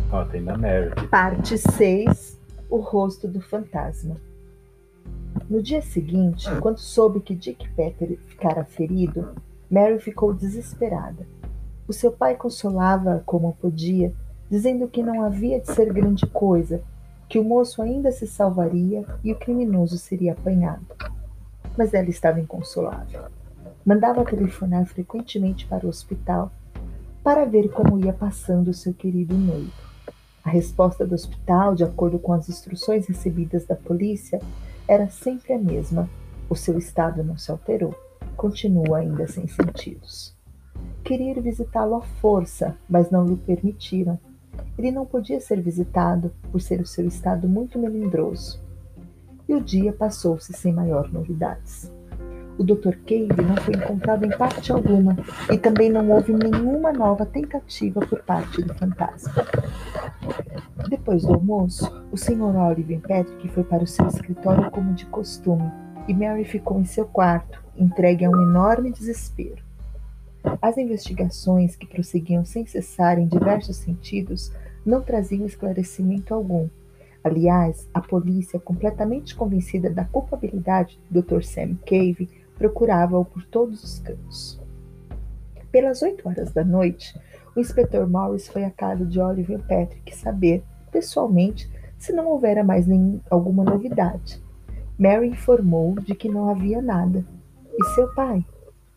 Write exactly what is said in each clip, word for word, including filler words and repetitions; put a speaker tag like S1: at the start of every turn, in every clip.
S1: Ó, tem da Mary.
S2: Parte seis. O rosto do fantasma. No dia seguinte, quando soube que Dick Peter ficara ferido, Mary ficou desesperada. O seu pai consolava-a como podia, dizendo que não havia de ser grande coisa, que o moço ainda se salvaria e o criminoso seria apanhado. Mas ela estava inconsolável. Mandava telefonar frequentemente para o hospital para ver como ia passando o seu querido noivo. A resposta do hospital, de acordo com as instruções recebidas da polícia, era sempre a mesma: o seu estado não se alterou, continua ainda sem sentidos. Queria ir visitá-lo à força, mas não lhe permitiram. Ele não podia ser visitado por ser o seu estado muito melindroso. E o dia passou-se sem maior novidades. O doutor Cave não foi encontrado em parte alguma, e também não houve nenhuma nova tentativa por parte do fantasma. Depois do almoço, o senhor Oliver Patrick foi para o seu escritório como de costume, e Mary ficou em seu quarto, entregue a um enorme desespero. As investigações, que prosseguiam sem cessar em diversos sentidos, não traziam esclarecimento algum. Aliás, a polícia, completamente convencida da culpabilidade do doutor Sam Cave, procurava-o por todos os cantos. Pelas oito horas da noite, o inspetor Morris foi à casa de Oliver Patrick saber, pessoalmente, se não houvera mais nenhum, alguma novidade. Mary informou de que não havia nada. E seu pai?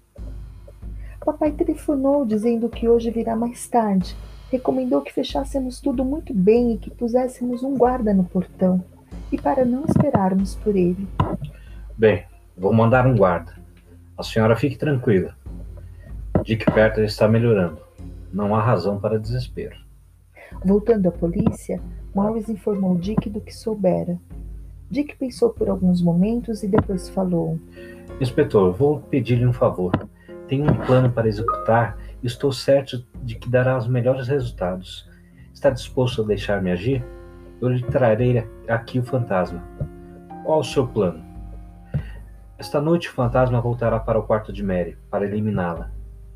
S2: Papai telefonou dizendo que hoje virá mais tarde. Recomendou que fechássemos tudo muito bem e que puséssemos um guarda no portão. E para não esperarmos por ele.
S1: Bem, vou mandar um guarda. A senhora fique tranquila. Dick Peter está melhorando. Não há razão para desespero.
S2: Voltando à polícia, Morris informou Dick do que soubera. Dick pensou por alguns momentos e depois falou:
S1: Inspetor, vou pedir-lhe um favor. Tenho um plano para executar e estou certo de que dará os melhores resultados. Está disposto a deixar-me agir? Eu lhe trarei aqui o fantasma. Qual o seu plano? Esta noite o fantasma voltará para o quarto de Mary, para eliminá-la.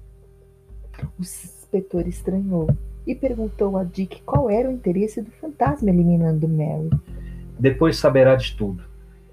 S2: O inspetor estranhou e perguntou a Dick qual era o interesse do fantasma eliminando Mary.
S1: Depois saberá de tudo.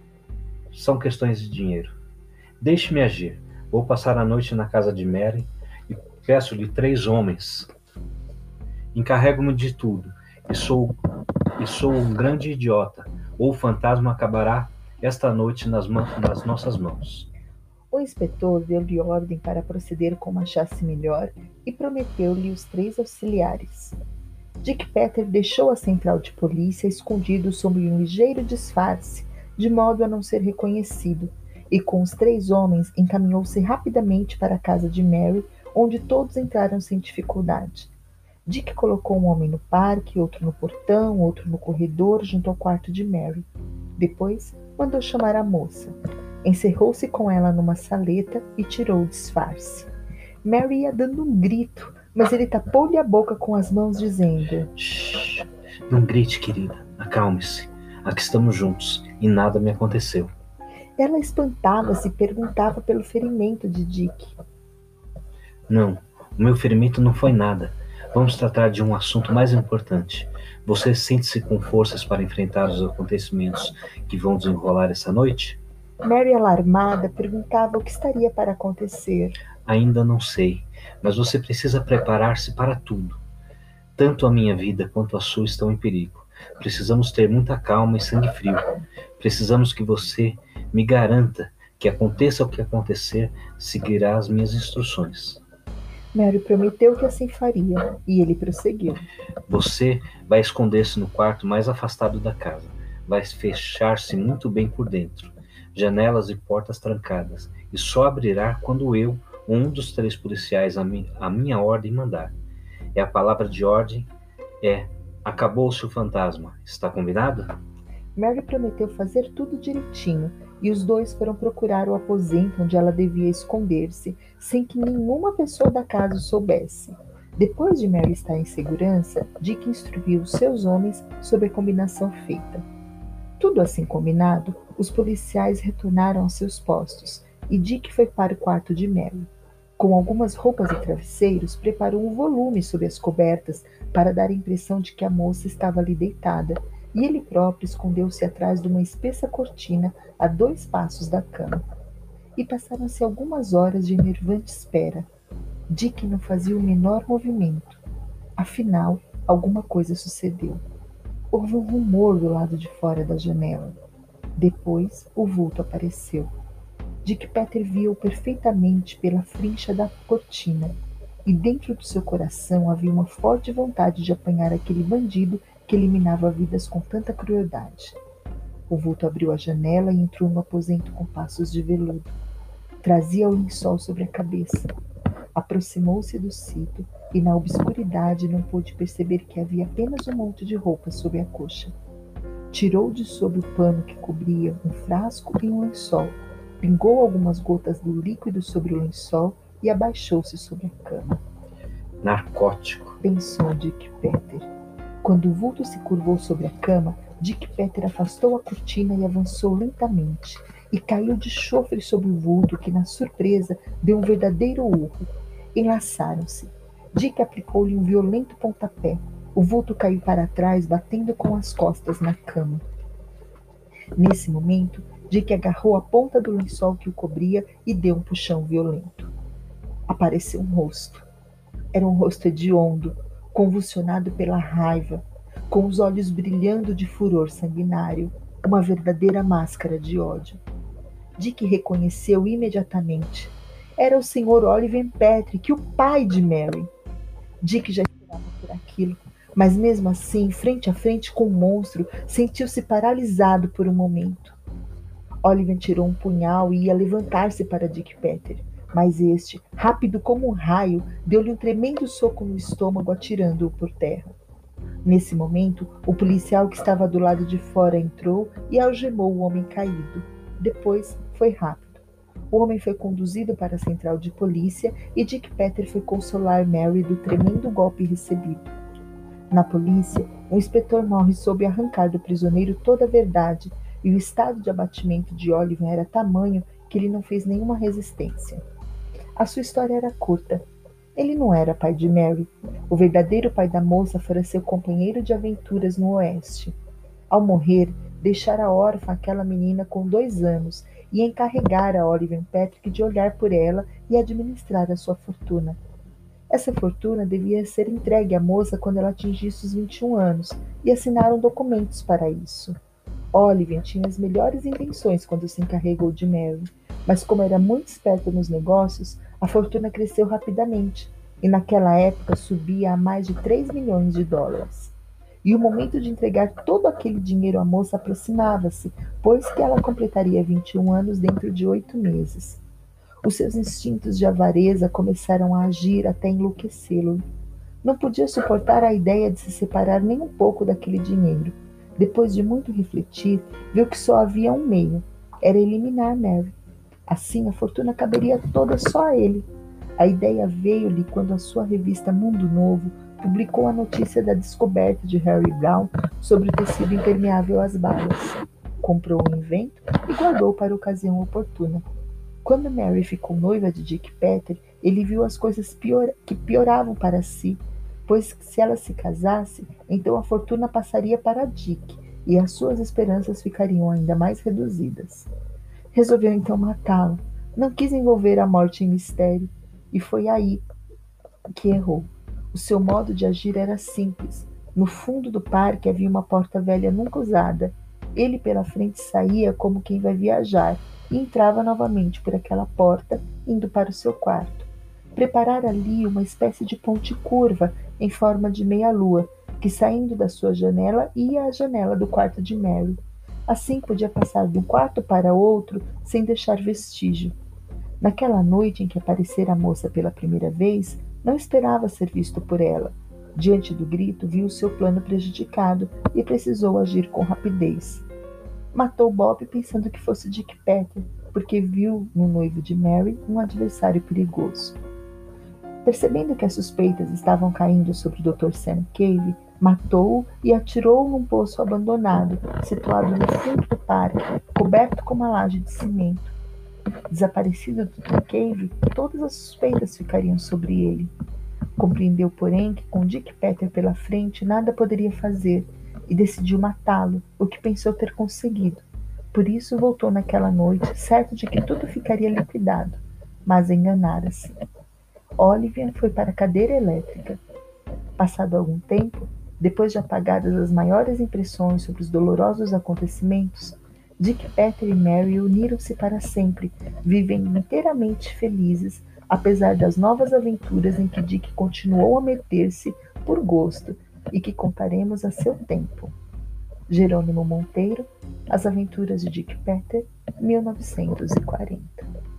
S1: São questões de dinheiro. Deixe-me agir. Vou passar a noite na casa de Mary e peço-lhe três homens. Encarrego-me de tudo e sou, e sou um grande idiota, ou o fantasma acabará esta noite nas, nas nossas mãos.
S2: O inspetor deu-lhe ordem para proceder como achasse melhor e prometeu-lhe os três auxiliares. Dick Peter deixou a central de polícia escondido sob um ligeiro disfarce, de modo a não ser reconhecido, e com os três homens encaminhou-se rapidamente para a casa de Mary, onde todos entraram sem dificuldade. Dick colocou um homem no parque, outro no portão, outro no corredor, junto ao quarto de Mary. Depois, mandou chamar a moça. Encerrou-se com ela numa saleta e tirou o disfarce. Mary ia dando um grito, mas ele tapou-lhe a boca com as mãos, dizendo:
S1: Shhh, não grite, querida. Acalme-se. Aqui estamos juntos e nada me aconteceu.
S2: Ela espantava-se e perguntava pelo ferimento de Dick.
S1: Não, o meu ferimento não foi nada. Vamos tratar de um assunto mais importante. Você sente-se com forças para enfrentar os acontecimentos que vão desenrolar essa noite?
S2: Mary, alarmada, perguntava o que estaria para acontecer.
S1: Ainda não sei, mas você precisa preparar-se para tudo. Tanto a minha vida quanto a sua estão em perigo. Precisamos ter muita calma e sangue frio. Precisamos que você me garanta que, aconteça o que acontecer, seguirá as minhas instruções.
S2: Mary prometeu que assim faria, e ele prosseguiu.
S1: Você vai esconder-se no quarto mais afastado da casa. Vai fechar-se muito bem por dentro. Janelas e portas trancadas. E só abrirá quando eu ou um dos três policiais a, mi- a minha ordem mandar. É a palavra de ordem, é acabou-se o fantasma. Está combinado?
S2: Mary prometeu fazer tudo direitinho, e os dois foram procurar o aposento onde ela devia esconder-se, sem que nenhuma pessoa da casa o soubesse. Depois de Mary estar em segurança, Dick instruiu os seus homens sobre a combinação feita. Tudo assim combinado, os policiais retornaram aos seus postos, e Dick foi para o quarto de Mary. Com algumas roupas e travesseiros, preparou um volume sob as cobertas para dar a impressão de que a moça estava ali deitada, e ele próprio escondeu-se atrás de uma espessa cortina a dois passos da cama. E passaram-se algumas horas de enervante espera. Dick não fazia o menor movimento. Afinal, alguma coisa sucedeu. Houve um rumor do lado de fora da janela. Depois, o vulto apareceu. Dick Peter via-o perfeitamente pela frincha da cortina, e dentro do seu coração havia uma forte vontade de apanhar aquele bandido que eliminava vidas com tanta crueldade. O vulto abriu a janela e entrou no aposento com passos de veludo. Trazia o lençol sobre a cabeça. Aproximou-se do sítio e, na obscuridade, não pôde perceber que havia apenas um monte de roupas sob a coxa. Tirou de sob o pano que cobria um frasco e um lençol, pingou algumas gotas do líquido sobre o lençol e abaixou-se sobre a cama.
S1: Narcótico,
S2: pensou Dick Peter. Quando o vulto se curvou sobre a cama, Dick Peter afastou a cortina e avançou lentamente, e caiu de chofre sobre o vulto, que, na surpresa, deu um verdadeiro urro. Enlaçaram-se. Dick aplicou-lhe um violento pontapé. O vulto caiu para trás, batendo com as costas na cama. Nesse momento, Dick agarrou a ponta do lençol que o cobria e deu um puxão violento. Apareceu um rosto. Era um rosto hediondo, convulsionado pela raiva, com os olhos brilhando de furor sanguinário, uma verdadeira máscara de ódio. Dick reconheceu imediatamente. Era o senhor Oliver Patrick, o pai de Mary. Dick já esperava por aquilo, mas mesmo assim, frente a frente com o monstro, sentiu-se paralisado por um momento. Oliver tirou um punhal e ia levantar-se para Dick Peter, mas este, rápido como um raio, deu-lhe um tremendo soco no estômago, atirando-o por terra. Nesse momento, o policial que estava do lado de fora entrou e algemou o homem caído. Depois, foi rápido. O homem foi conduzido para a central de polícia e Dick Peter foi consolar Mary do tremendo golpe recebido. Na polícia, o inspetor Norris soube arrancar do prisioneiro toda a verdade, e o estado de abatimento de Oliver era tamanho que ele não fez nenhuma resistência. A sua história era curta. Ele não era pai de Mary. O verdadeiro pai da moça fora seu companheiro de aventuras no Oeste. Ao morrer, deixara órfã aquela menina com dois anos e encarregara a Oliver Patrick de olhar por ela e administrar a sua fortuna. Essa fortuna devia ser entregue à moça quando ela atingisse os vinte e um anos, e assinaram documentos para isso. Oliver tinha as melhores intenções quando se encarregou de Mary, mas como era muito esperto nos negócios, a fortuna cresceu rapidamente, e naquela época subia a mais de três milhões de dólares. E o momento de entregar todo aquele dinheiro à moça aproximava-se, pois que ela completaria vinte e um anos dentro de oito meses. Os seus instintos de avareza começaram a agir até enlouquecê-lo. Não podia suportar a ideia de se separar nem um pouco daquele dinheiro. Depois de muito refletir, viu que só havia um meio. Era eliminar Mary. Assim, a fortuna caberia toda só a ele. A ideia veio-lhe quando a sua revista Mundo Novo publicou a notícia da descoberta de Harry Brown sobre o tecido impermeável às balas. Comprou o invento e guardou para a ocasião oportuna. Quando Mary ficou noiva de Dick Peter, ele viu as coisas pior, que pioravam para si, pois se ela se casasse, então a fortuna passaria para Dick e as suas esperanças ficariam ainda mais reduzidas. Resolveu então matá-la. Não quis envolver a morte em mistério, e foi aí que errou. O seu modo de agir era simples. No fundo do parque havia uma porta velha nunca usada. Ele pela frente saía como quem vai viajar e entrava novamente por aquela porta, indo para o seu quarto. Preparara ali uma espécie de ponte curva em forma de meia-lua, que saindo da sua janela ia à janela do quarto de Mary. Assim podia passar de um quarto para outro sem deixar vestígio. Naquela noite em que aparecera a moça pela primeira vez, não esperava ser visto por ela. Diante do grito, viu o seu plano prejudicado e precisou agir com rapidez. Matou Bob pensando que fosse Dick Peter, porque viu no noivo de Mary um adversário perigoso. Percebendo que as suspeitas estavam caindo sobre o doutor Sam Cave, matou-o e atirou-o num poço abandonado, situado no fundo do parque, coberto com uma laje de cimento. Desaparecido do Tom Cave, todas as suspeitas ficariam sobre ele. Compreendeu, porém, que com Dick Peter pela frente nada poderia fazer e decidiu matá-lo, o que pensou ter conseguido. Por isso voltou naquela noite, certo de que tudo ficaria liquidado, mas enganara-se. Olivia foi para a cadeira elétrica. Passado algum tempo, depois de apagadas as maiores impressões sobre os dolorosos acontecimentos, Dick, Peter e Mary uniram-se para sempre, vivendo inteiramente felizes, apesar das novas aventuras em que Dick continuou a meter-se por gosto e que contaremos a seu tempo. Jerônimo Monteiro, As Aventuras de Dick Peter, mil novecentos e quarenta.